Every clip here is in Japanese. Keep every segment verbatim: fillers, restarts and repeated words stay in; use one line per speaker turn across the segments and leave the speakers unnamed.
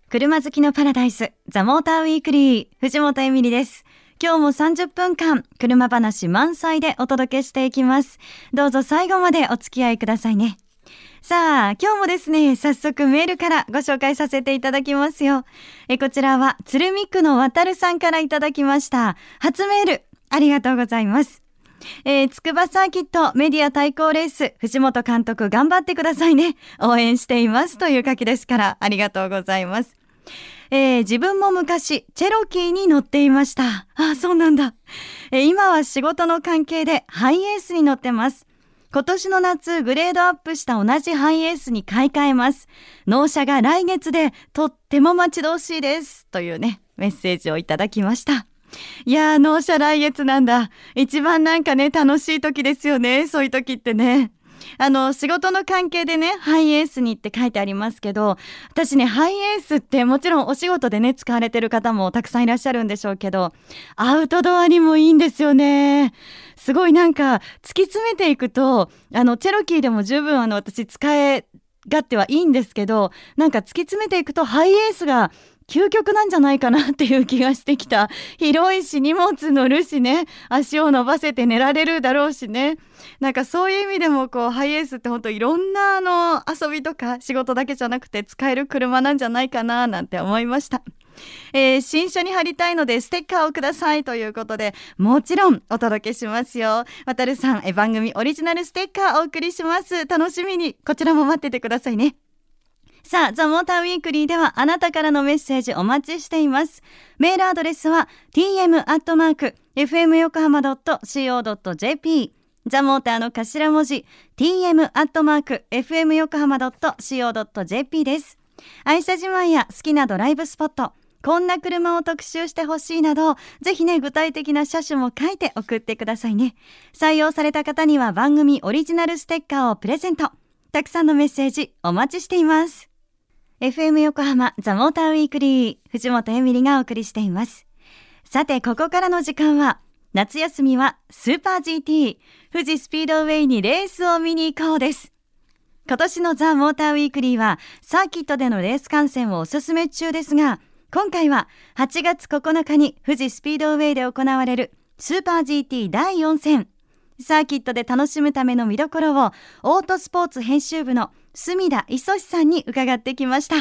車好きのパラダイス、ザ・モーターウィークリー、藤本エミリです。今日もさんじゅっぷんかん、車話満載でお届けしていきます。どうぞ最後までお付き合いくださいね。さあ、今日もですね、早速メールからご紹介させていただきますよ。えこちらは、鶴見区の渡るさんからいただきました。初メール、ありがとうございます。えー、筑波サーキットメディア対抗レース、藤本監督頑張ってくださいね。応援していますという書きですから、ありがとうございます。えー、自分も昔チェロキーに乗っていました。あ、そうなんだ。えー、今は仕事の関係でハイエースに乗ってます。今年の夏グレードアップした同じハイエースに買い替えます。納車が来月でとっても待ち遠しいですというねメッセージをいただきました。いやー、納車来月なんだ。一番なんかね楽しい時ですよね。そういう時ってね、あの仕事の関係でねハイエースにって書いてありますけど、私ねハイエースってもちろんお仕事でね使われてる方もたくさんいらっしゃるんでしょうけど、アウトドアにもいいんですよね。すごいなんか突き詰めていくと、あのチェロキーでも十分あの私使え勝手はいいんですけど、なんか突き詰めていくとハイエースが究極なんじゃないかなっていう気がしてきた。広いし荷物乗るしね、足を伸ばせて寝られるだろうしね、なんかそういう意味でもこうハイエースって本当いろんなあの遊びとか仕事だけじゃなくて使える車なんじゃないかななんて思いました。えー、新車に貼りたいのでステッカーをくださいということで、もちろんお届けしますよ。渡るさん、え番組オリジナルステッカーお送りします。楽しみにこちらも待っててくださいね。さあ、ザ・モーターウィークリーではあなたからのメッセージお待ちしています。メールアドレスは ティーエム アットマーク エフエム 横浜 ドット シーオー ドット ジェーピー ザ・モーターの頭文字 ティーエム アットマーク エフエム 横浜 ドット シーオー ドット ジェーピー です。愛車自慢や好きなドライブスポット、こんな車を特集してほしいなど、ぜひね具体的な車種も書いて送ってくださいね。採用された方には番組オリジナルステッカーをプレゼント。たくさんのメッセージお待ちしています。エフエム 横浜ザ・モーターウィークリー、藤本エミリがお送りしています。さて、ここからの時間は夏休みはスーパー ジーティー 富士スピードウェイにレースを見に行こうです。今年のザ・モーターウィークリーはサーキットでのレース観戦をおすすめ中ですが、今回ははちがつここのかに富士スピードウェイで行われるスーパー ジーティー だいよん戦、サーキットで楽しむための見どころをオートスポーツ編集部の隅田磯志さんに伺ってきました。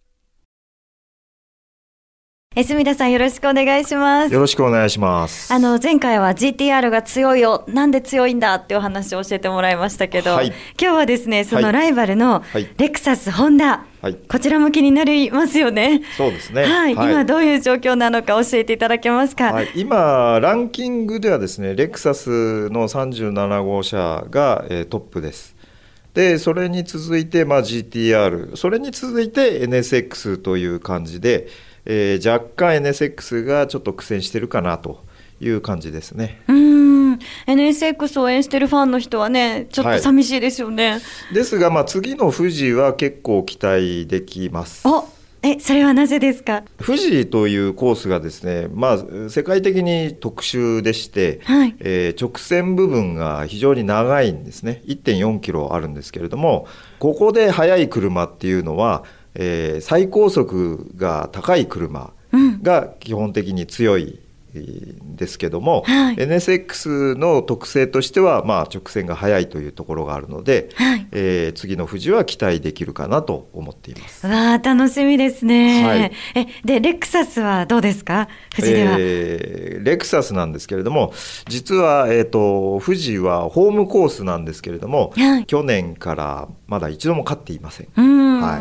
え隅田さん、よろしくお願いします。
よろしくお願いします。
あの前回は ジーティーアール が強いよ、なんで強いんだっていうお話を教えてもらいましたけど、はい、今日はですねそのライバルのレクサス、ホンダ、はい、こちらも気になりますよね。
そうですね、
はいはい、今どういう状況なのか教えていただけますか。
はい、今ランキングではですねレクサスのさんじゅうななごう車が、えー、トップです。でそれに続いて、まあ、ジーティーアール、 それに続いて エヌエスエックス という感じで、えー、若干 エヌエスエックス がちょっと苦戦してるかなという感じですね。
うーん エヌエスエックス を応援してるファンの人はねちょっと寂しいですよね。はい、です
が、まあ、次の富士は結構期待できます。
おえそれはなぜですか。
富士というコースがですね、まあ、世界的に特殊でして、はい、えー、直線部分が非常に長いんですね。 いってんよんキロあるんですけれども、ここで速い車っていうのは、えー、最高速が高い車が基本的に強いんですけども、はい、エヌエスエックス の特性としては、まあ、直線が速いというところがあるので、はい、えー、次の富士は期待できるかなと思っています。
わー楽しみですね。はい、えでレクサスはどうですか。富士では、
えー、レクサスなんですけれども、実は、えーと、富士はホームコースなんですけれども、はい、去年からまだ一度も勝っていません。うん、はい、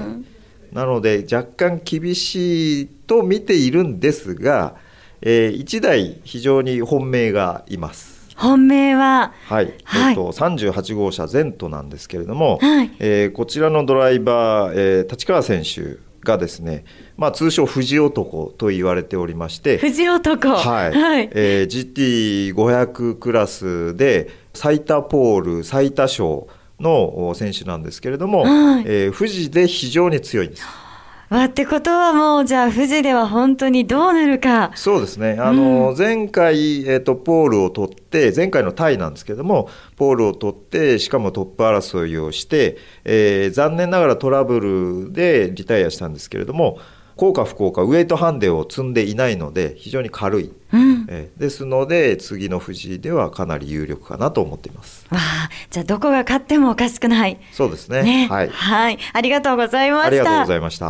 なので若干厳しいと見ているんですが、えー、いちだい非常に本命がいます。
本命は、
はいはい、えー、とさんじゅうはちごう車ゼントなんですけれども、はい、えー、こちらのドライバー、えー、立川選手がですね、まあ、通称富士男と言われておりまして、
富士男、
はいはい、えー、ジーティーごひゃく クラスで最多ポール最多勝の選手なんですけれども、はい、えー、富士で非常に強いんです。
わってことはもうじゃあ富士では本当にどうなるか。
そうですね、あの、うん、前回、えーと、ポールを取って前回のタイなんですけどもポールを取ってしかもトップ争いをして、えー、残念ながらトラブルでリタイアしたんですけれども、 幸か不幸かウエイトハンデを積んでいないので非常に軽い、うん、えですので次の富士ではかなり有力かなと思っています。
わあ、じゃあどこが勝ってもおかしくない。
そうです ね,
ね、
はい、
はい、ありがとうございました。
ありがとうございました。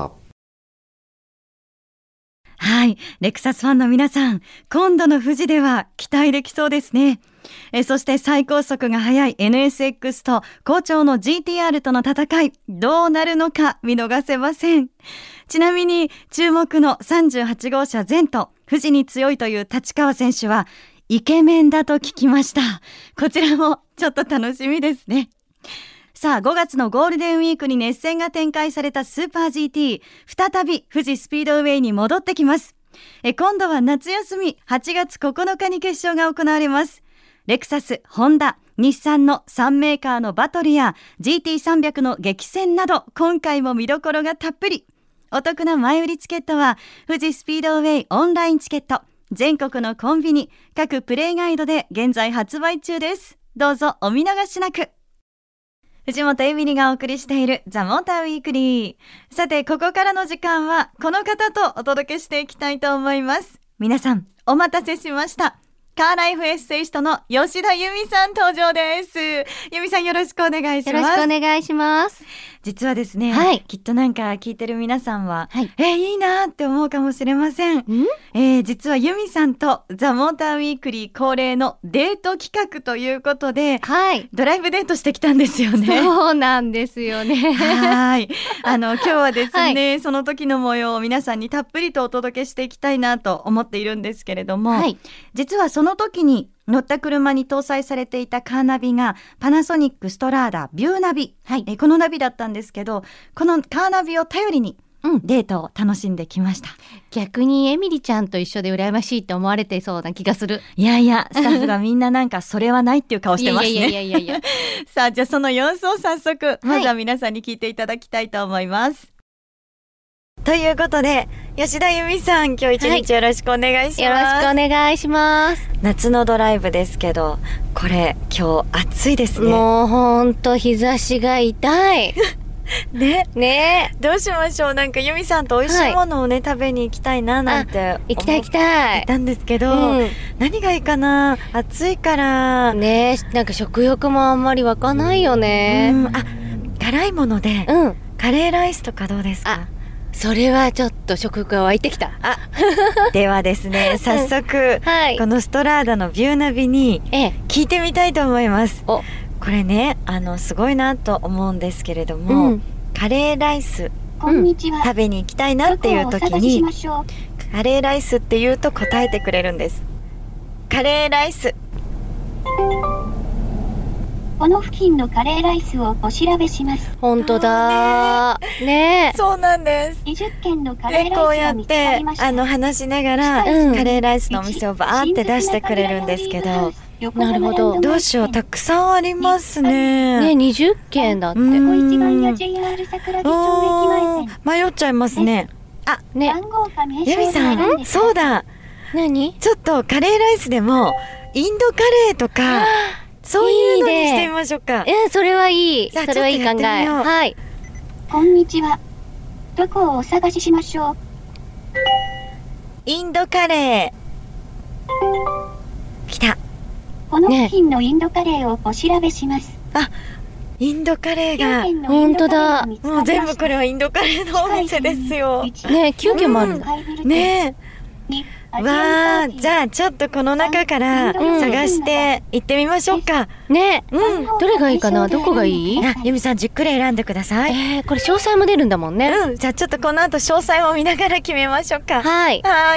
はい、レクサスファンの皆さん、今度の富士では期待できそうですね。えそして最高速が速い エヌエスエックス と好調の ジーティーアール との戦い、どうなるのか見逃せません。ちなみに注目のさんじゅうはち号車ゼント、富士に強いという立川選手はイケメンだと聞きました。こちらもちょっと楽しみですね。さあ、ごがつのゴールデンウィークに熱戦が展開されたスーパー ジーティー、再び富士スピードウェイに戻ってきます。え今度は夏休みはちがつここのかに決勝が行われます。レクサス、ホンダ、日産のさんメーカーのバトルや ジーティーさんびゃく の激戦など、今回も見どころがたっぷり。お得な前売りチケットは富士スピードウェイオンラインチケット、全国のコンビニ、各プレイガイドで現在発売中です。どうぞお見逃しなく。藤本エミリがお送りしているザ・モーターウィークリー。さて、ここからの時間はこの方とお届けしていきたいと思います。皆さんお待たせしました。カーライフエッセイストの吉田由美さん登場です。由美さん、よろしくお願いします。
よろしくお願いします。
実はですね、
はい、
きっとなんか聞いてる皆さんは、
はい、
えー、いいなって思うかもしれません。ん、えー、実は由美さんとザ・モーターウィークリー恒例のデート企画ということで、
はい、
ドライブデートしてきたんですよね。
そうなんですよね。
はいあの今日はですね、
はい、
その時の模様を皆さんにたっぷりとお届けしていきたいなと思っているんですけれども、はい、実はその時に乗った車に搭載されていたカーナビがパナソニックストラーダビューナビ、はい、えこのナビだったんですけど、このカーナビを頼りにデートを楽しんできました、うん、
逆にエミリちゃんと一緒で羨ましいって思われてそうな気がする。
いやいや、スタッフがみんななんかそれはないっていう顔してますね。
いやいやいやいやいや
さあ、じゃあその様子を早速まずは皆さんに聞いていただきたいと思います、はい、ということで吉田由美さん、今日一日よろしくお願いします、はい、
よろしくお願いします。
夏のドライブですけど、これ今日暑いですね。
もうほんと日差しが痛い
ね
ね、
どうしましょう。なんか由美さんと美味しいものをね、はい、食べに行きたいななんて
行きたい行きたい
たんですけど、うん、何がいいかな。暑いから
ね、なんか食欲もあんまり湧かないよね、うん、
あ、辛いもので、うん、カレーライスとかどうですか。
それはちょっと食欲が湧いてきた。
あではですね、早速、はい、このストラーダのビューナビに聞いてみたいと思います、ええ、これね、あのすごいなと思うんですけれども、うん、カレーライス食べに行きたいなっていう時にカレーライスって言うと答えてくれるんです。カレーライス。
この付近のカレーライスをお調べします。
本当だね。ね、
そうなんです。
にじゅっけんのカレーライス
こうやってあの話しながら、うん、カレーライスのお店をバーって出してくれるんですけど、
なるほど。
どうしよう、たくさんありますね。
ね、にじゅっけんだって。迷
っちゃいますね。あ、ね、由美さん、そうだ。
何？
ちょっとカレーライスでもインドカレーとかそういうのにしてみましょうか。
え、それはいい。それはいい考え。はい。
こんにちは。どこをお探ししましょう。
インドカレー。来た。
この付近のインドカレーをお調べします。
あ、インドカレーが
本当だ。
もう全部これはインドカレーのお店ですよ。
ね、きゅうけんもある。
ねえ。わあ、じゃあちょっとこの中から探して行ってみましょうか。
ね、うん、どれがいいかな。どこがいい？
あ、由美さんじっくり選んでください。
えー、これ詳細も出るんだもんね。
うん、じゃあちょっとこの後詳細を見ながら決めましょうか。
はい。
はい。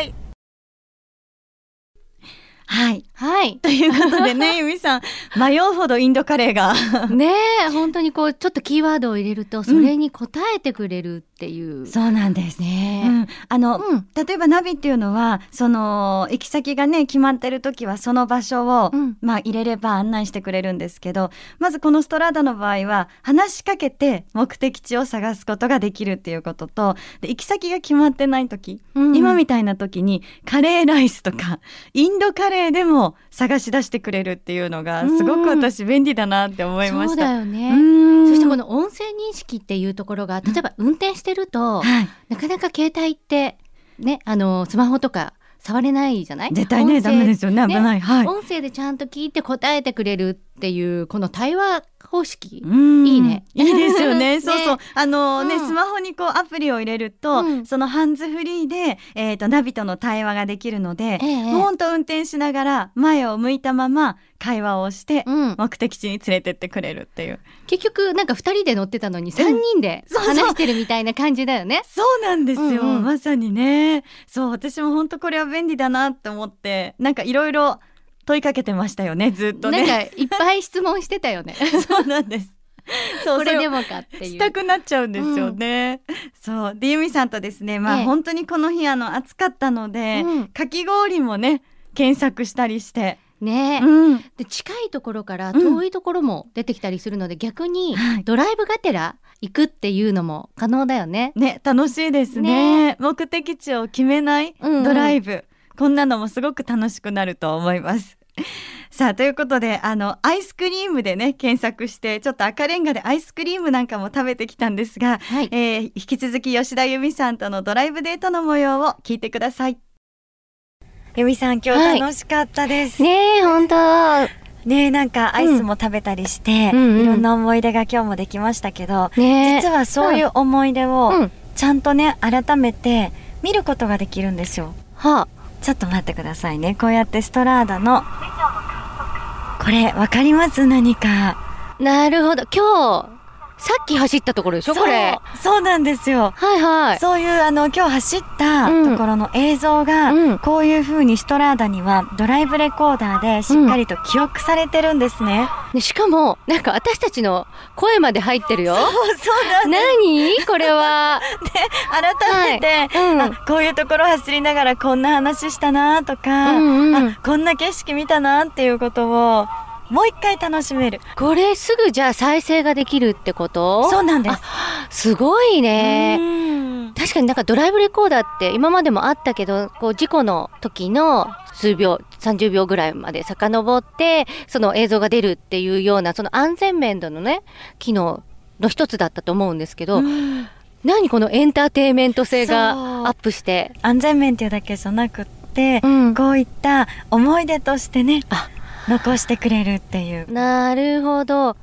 はい
はい
ということでね由美さん迷うほどインドカレーが
ねえ、本当にこうちょっとキーワードを入れるとそれに答えてくれるっていう、
うん、そうなんですね、うん、あの、うん、例えばナビっていうのはその行き先がね決まってる時はその場所を、うん、まあ入れれば案内してくれるんですけど、まずこのストラーダの場合は話しかけて目的地を探すことができるっていうことと、で行き先が決まってない時、うん、今みたいな時にカレーライスとかインドカレーでもも探し出してくれるっていうのがすごく私便利だなって思いました。
そうだよね。
うん
そしてこの音声認識っていうところが、例えば運転してると、はい、なかなか携帯ってね、あのスマホとか触れないじゃない？
絶対ねダメですよね、危ない、はい、
音声でちゃんと聞いて答えてくれるっていうこの対話方式、
うん
いいね。
いいですよね。そうそう、
ね、
あのね、
うん、
スマホにこうアプリを入れると、うん、そのハンズフリーで、えーと、ナビとの対話ができるので、ええ、もうほんと運転しながら前を向いたまま会話をして、うん、目的地に連れてってくれるっていう。
結局なんかふたりで乗ってたのにさんにんで話してるみたいな感じだよね。
そうそうなんですよ、うんうん、まさにね。そう、私も本当これは便利だなって思って、なんかいろいろ問いかけてましたよね、ずっとね。
なんかいっぱい質問してたよね。
そうなんです。そう、
これでもかっていう
したくなっちゃうんですよね、うん、そうで、由美さんとですね、まあ、ええ、本当にこの日あの暑かったので、うん、かき氷もね検索したりして
ね、うん、で近いところから遠いところも出てきたりするので、うん、逆にドライブがてら行くっていうのも可能だよね。
ね、楽しいですね。ね、目的地を決めないドライブ、うんうん、こんなのもすごく楽しくなると思います。さあ、ということで、あのアイスクリームでね検索して、ちょっと赤レンガでアイスクリームなんかも食べてきたんですが、はい、えー、引き続き吉田由美さんとのドライブデートの模様を聞いてください。由美さん、今日楽しかったです、
はい、ねえ、本当
ねえ、なんかアイスも食べたりして、うん、いろんな思い出が今日もできましたけど、ね、実はそういう思い出をちゃんとね改めて見ることができるんですよ。はあ、ちょっと待ってくださいね。こうやってストラーダのこれわかります？何か。
なるほど。今日さっき走ったところでしょ、これ。
そうなんですよ。
はいはい。
そういうあの今日走ったところの映像が、うん、こういう風にストラーダにはドライブレコーダーでしっかりと記憶されてるんですね。
うん、でしかもなんか私たちの声まで入ってるよ。
そうそうなんです。
何これは。
で、改めて、はい、うん、あ、こういうところ走りながらこんな話したなとか、うんうん、あ、こんな景色見たなっていうことをもう一回楽しめる。
これすぐじゃあ再生ができるってこと？
そうなんです。
すごいね。確かになんかドライブレコーダーって今までもあったけど、こう事故の時の数秒さんじゅうびょうぐらいまで遡ってその映像が出るっていうような、その安全面でのね機能の一つだったと思うんですけど、何このエンターテインメント性がアップして、
安全面っていうだけじゃなくって、うん、こういった思い出としてね、あ、残してくれるっていう。
なるほど。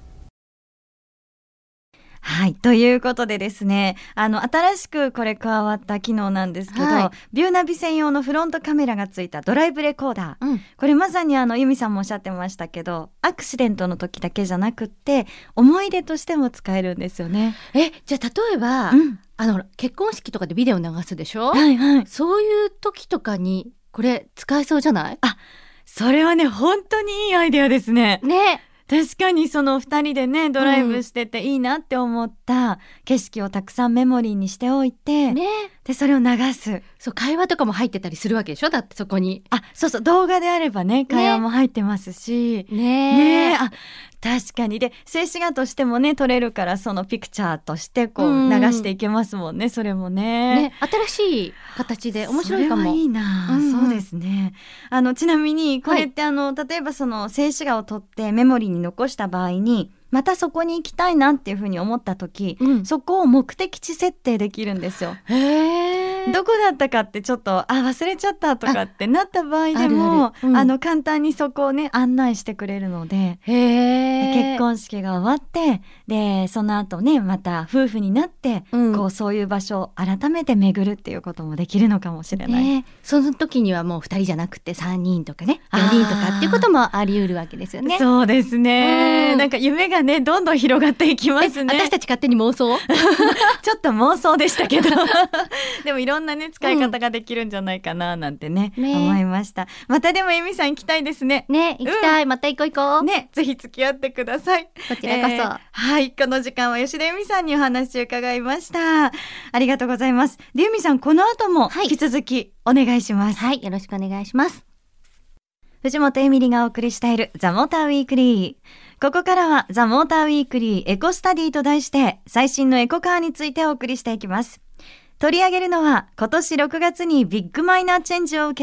はい、ということでですね、あの新しくこれ加わった機能なんですけど、はい、ビューナビ専用のフロントカメラがついたドライブレコーダー、うん、これまさにあの由美さんもおっしゃってましたけど、アクシデントの時だけじゃなくって思い出としても使えるんですよね。
え、じゃあ例えば、うん、あの結婚式とかでビデオ流すでしょ、
はいはい、
そういう時とかにこれ使えそうじゃない？
あ、それはね本当にいいアイデアですね。
ね、
確かにそのふたりでねドライブしてていいなって思った景色をたくさんメモリーにしておいて、ね、でそれを流す。
そう、会話とかも入ってたりするわけでしょ、だってそこに。
あ、そうそう、動画であればね会話も入ってますし、
ね
ねね、あ、確かに。で静止画としてもね撮れるから、そのピクチャーとしてこう流していけますもんね、それも ね,
ね、新しい形で面白いかも。
それはいいな、うんうん、そうですね。あのちなみにこれって、はい、あの例えばその静止画を撮ってメモリーに残した場合に、またそこに行きたいなっていうふうに思った時、うん、そこを目的地設定できるんですよ。
へー、
どこだったかってちょっとあ忘れちゃったとかってなった場合でも あ, あ, るあ, る、うん、あの簡単にそこをね案内してくれるので、
へー、
結婚式が終わってでその後ねまた夫婦になって、うん、こうそういう場所を改めて巡るっていうこともできるのかもしれない、
ね、その時にはもうふたりじゃなくてさんにんとかねよにんとかっていうこともあり得るわけですよね。
そうですね、うん、なんか夢がねどんどん広がっていきますね。
私たち勝手に妄想
ちょっと妄想でしたけどでもいろんなね使い方ができるんじゃないかななんて ね,、うん、ね思いました。またでも由美さん行きたいですね。
ね、行きたい、うん、また行こう行こう
ね、ぜひ付き合ってください。
こちらこそ、えー、
はい、この時間は吉田由美さんにお話を伺いました。ありがとうございます。で由美さん、この後も引き続きお願いします。
はい、はい、よろしくお願いします。
藤本エミリがお送りしているザ・モーターウィークリー。ここからはザ・モーターウィークリーエコスタディと題して最新のエコカーについてお送りしていきます。取り上げるのは今年ろくがつにビッグマイナーチェンジを受けた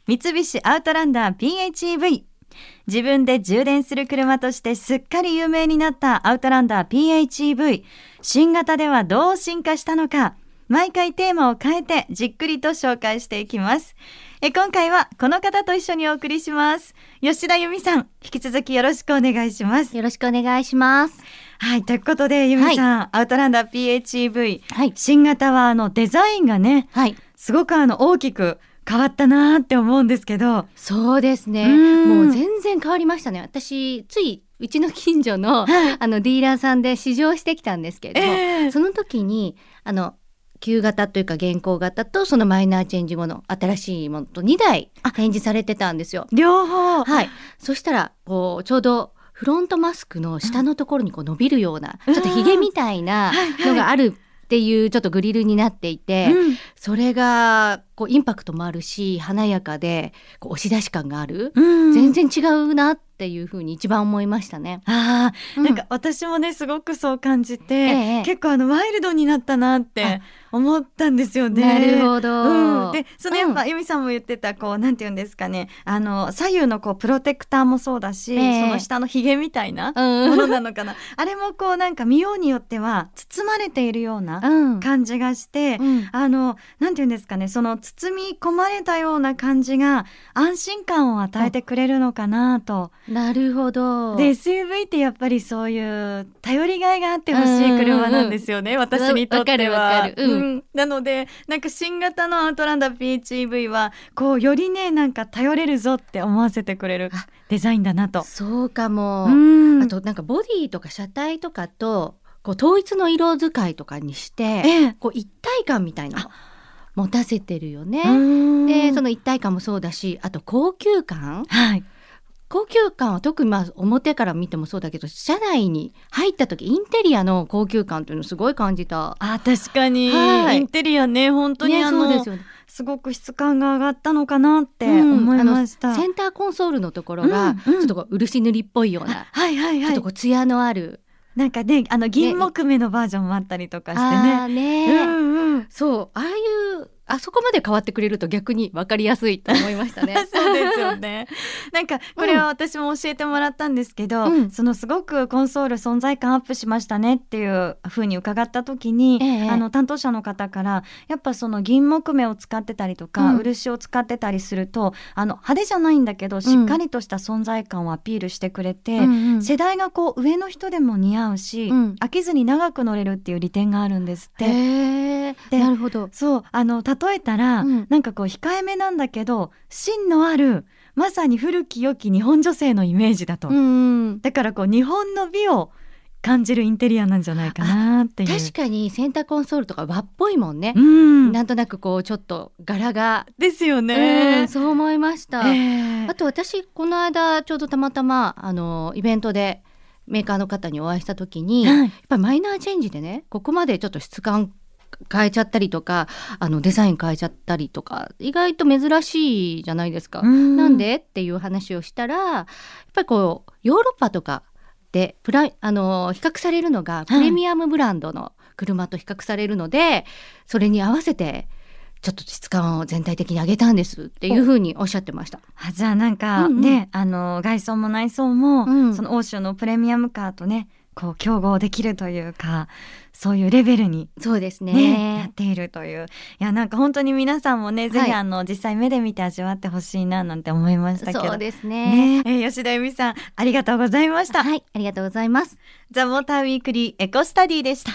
三菱アウトランダー ピーエイチイーブイ。自分で充電する車としてすっかり有名になったアウトランダー ピーエイチイーブイ。新型ではどう進化したのか、毎回テーマを変えてじっくりと紹介していきます。え今回はこの方と一緒にお送りします。吉田由美さん、引き続きよろしくお願いします。
よろしくお願いします。
はい、ということで由美さん、はい、アウトランダー ピーエイチイーブイ、はい、新型はあのデザインがね、はい、すごくあの大きく変わったなって思うんですけど。
そうですね、もう全然変わりましたね。私ついうちの近所の、はい、あのディーラーさんで試乗してきたんですけれども、えー、その時にあの旧型というか現行型とそのマイナーチェンジ後の新しいものとにだい展示されてたんですよ。
両方。
はい。そしたらこうちょうどフロントマスクの下のところにこう伸びるような、うん、ちょっとヒゲみたいなのがあるっていうちょっとグリルになっていて、うん、それがこうインパクトもあるし華やかでこう押し出し感がある、うん、全然違うなっていうふうに一番思いましたね。
あー、うん、なんか私もねすごくそう感じて、ええ、結構あのワイルドになったなって思ったんですよね。
なるほど、
うん、でそのやっぱ、うん、由美さんも言ってたこうなんていうんですかね、あの左右のこうプロテクターもそうだし、えー、その下のヒゲみたいなものなのかな、うん、あれもこうなんか見ようによっては包まれているような感じがして、うん、あのなんていうんですかね、その包み込まれたような感じが安心感を与えてくれるのかなと。
なるほど。
で エスユーブイ ってやっぱりそういう頼りがいがあってほしい車なんですよね、うんうんうん、私にとっては。わかるわかる、うんうん、なのでなんか新型のアウトランダー ピーエイチイーブイ はこうよりねなんか頼れるぞって思わせてくれるデザインだなと。
そうかも。うんあとなんかボディとか車体とかとこう統一の色使いとかにして、ええ、こう一体感みたいなの持たせてるよね。でその一体感もそうだし、あと高級感、はい、高級感は特にまあ表から見てもそうだけど、車内に入った時インテリアの高級感というのをすごい感じた。
あ、確かに、はい、インテリアね本当にあの、ね、そうですよね、すごく質感が上がったのかなって思いました、うん、
センターコンソールのところがちょっとこう漆塗りっぽいような、うんうん、はいはいはい、ちょっとこう艶のある
なんかね、あの銀木目のバージョンもあったりとかしてね。
あね、うんうん、そうああいうあそこまで変わってくれると逆に分かりやすいと思いましたね。
そうですよね。なんかこれは私も教えてもらったんですけど、うん、そのすごくコンソール存在感アップしましたねっていう風に伺った時に、ええ、あの担当者の方からやっぱその銀木目を使ってたりとか、うん、漆を使ってたりするとあの派手じゃないんだけどしっかりとした存在感をアピールしてくれて、うん、世代がこう上の人でも似合うし、うん、飽きずに長く乗れるっていう利点があるんですって。
へー、なるほど。
そうあの例えたら、うん、なんかこう控えめなんだけど芯のあるまさに古き良き日本女性のイメージだと、うんうん、だからこう日本の美を感じるインテリアなんじゃないかなっていう。
確かにセンターコンソールとか和っぽいもんね、うん、なんとなくこうちょっと柄が
ですよね、
うん、そう思いました、えー、あと私この間ちょうどたまたまあのイベントでメーカーの方にお会いした時に、はい、やっぱりマイナーチェンジでねここまでちょっと質感変えちゃったりとかあのデザイン変えちゃったりとか意外と珍しいじゃないですか。んなんでっていう話をしたらやっぱりこうヨーロッパとかでプラあの比較されるのがプレミアムブランドの車と比較されるので、はい、それに合わせてちょっと質感を全体的に上げたんですっていう風におっしゃってました。
あじゃあなんかね、うんうん、あの外装も内装も、うん、その欧州のプレミアムカーとねこう競合できるというかそういうレベルに、ね、
そうですね
やっているという。いやなんか本当に皆さんもね、はい、ぜひあの実際目で見て味わってほしいななんて思いましたけど。
そうですね、
ねえー、吉田由美さんありがとうございました。
はい、ありがとうございます。
ザ・モーターウィークリーエコスタディでした。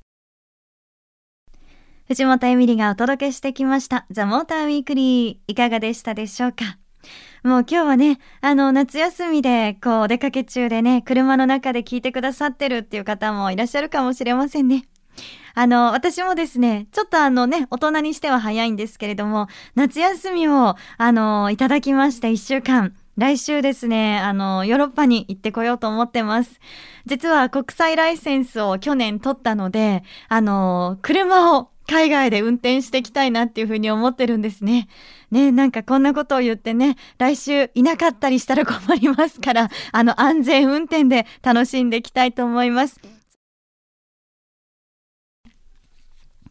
藤本エミリがお届けしてきましたザ・モーターウィークリー、いかがでしたでしょうか。もう今日はねあの夏休みでこうお出かけ中でね車の中で聞いてくださってるっていう方もいらっしゃるかもしれませんね。あの私もですねちょっとあのね大人にしては早いんですけれども夏休みをあのいただきましていっしゅうかん来週ですねあのヨーロッパに行ってこようと思ってます。実は国際ライセンスを去年取ったのであの車を海外で運転していきたいなっていうふうに思ってるんですね。ね、なんかこんなことを言ってね、来週いなかったりしたら困りますから、あの安全運転で楽しんでいきたいと思います。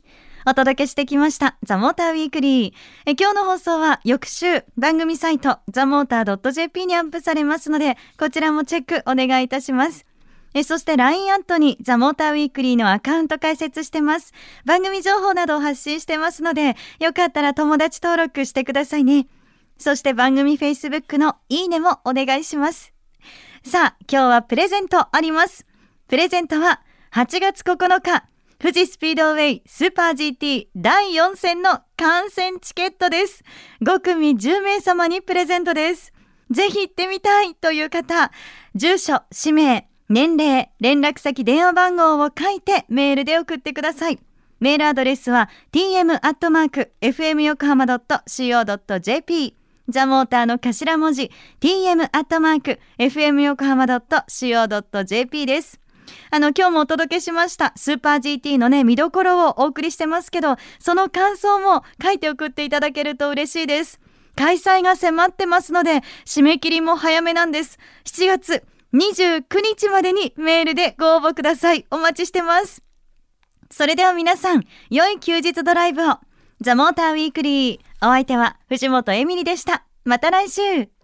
お届けしてきましたザ・モーターウィークリー。え今日の放送は翌週番組サイト ザモータードットジェーピー にアップされますので、こちらもチェックお願いいたします。えそして ライン アットにザ・モーターウィークリーのアカウント開設してます。番組情報などを発信してますので、よかったら友達登録してくださいね。そして番組 Facebook のいいねもお願いします。さあ、今日はプレゼントあります。プレゼントははちがつここのか、富士スピードウェイスーパー ジーティー だいよん戦の観戦チケットです。ごくみじゅうめい様にプレゼントです。ぜひ行ってみたいという方、住所、氏名、年齢、連絡先、電話番号を書いてメールで送ってください。メールアドレスは ティーエム アットマーク エフエム 横浜 ドット シーオー ドット ジェーピー ザ・モーターの頭文字 ティーエム アットマーク エフエム 横浜 ドット シーオー ドット ジェーピー です。あの今日もお届けしましたスーパー ジーティー のね見どころをお送りしてますけど、その感想も書いて送っていただけると嬉しいです。開催が迫ってますので締め切りも早めなんです。しちがつにじゅうくにちまでにメールでご応募ください。お待ちしてます。それでは皆さん、良い休日ドライブを。ザ・モーターウィークリー、お相手は藤本エミリでした。また来週。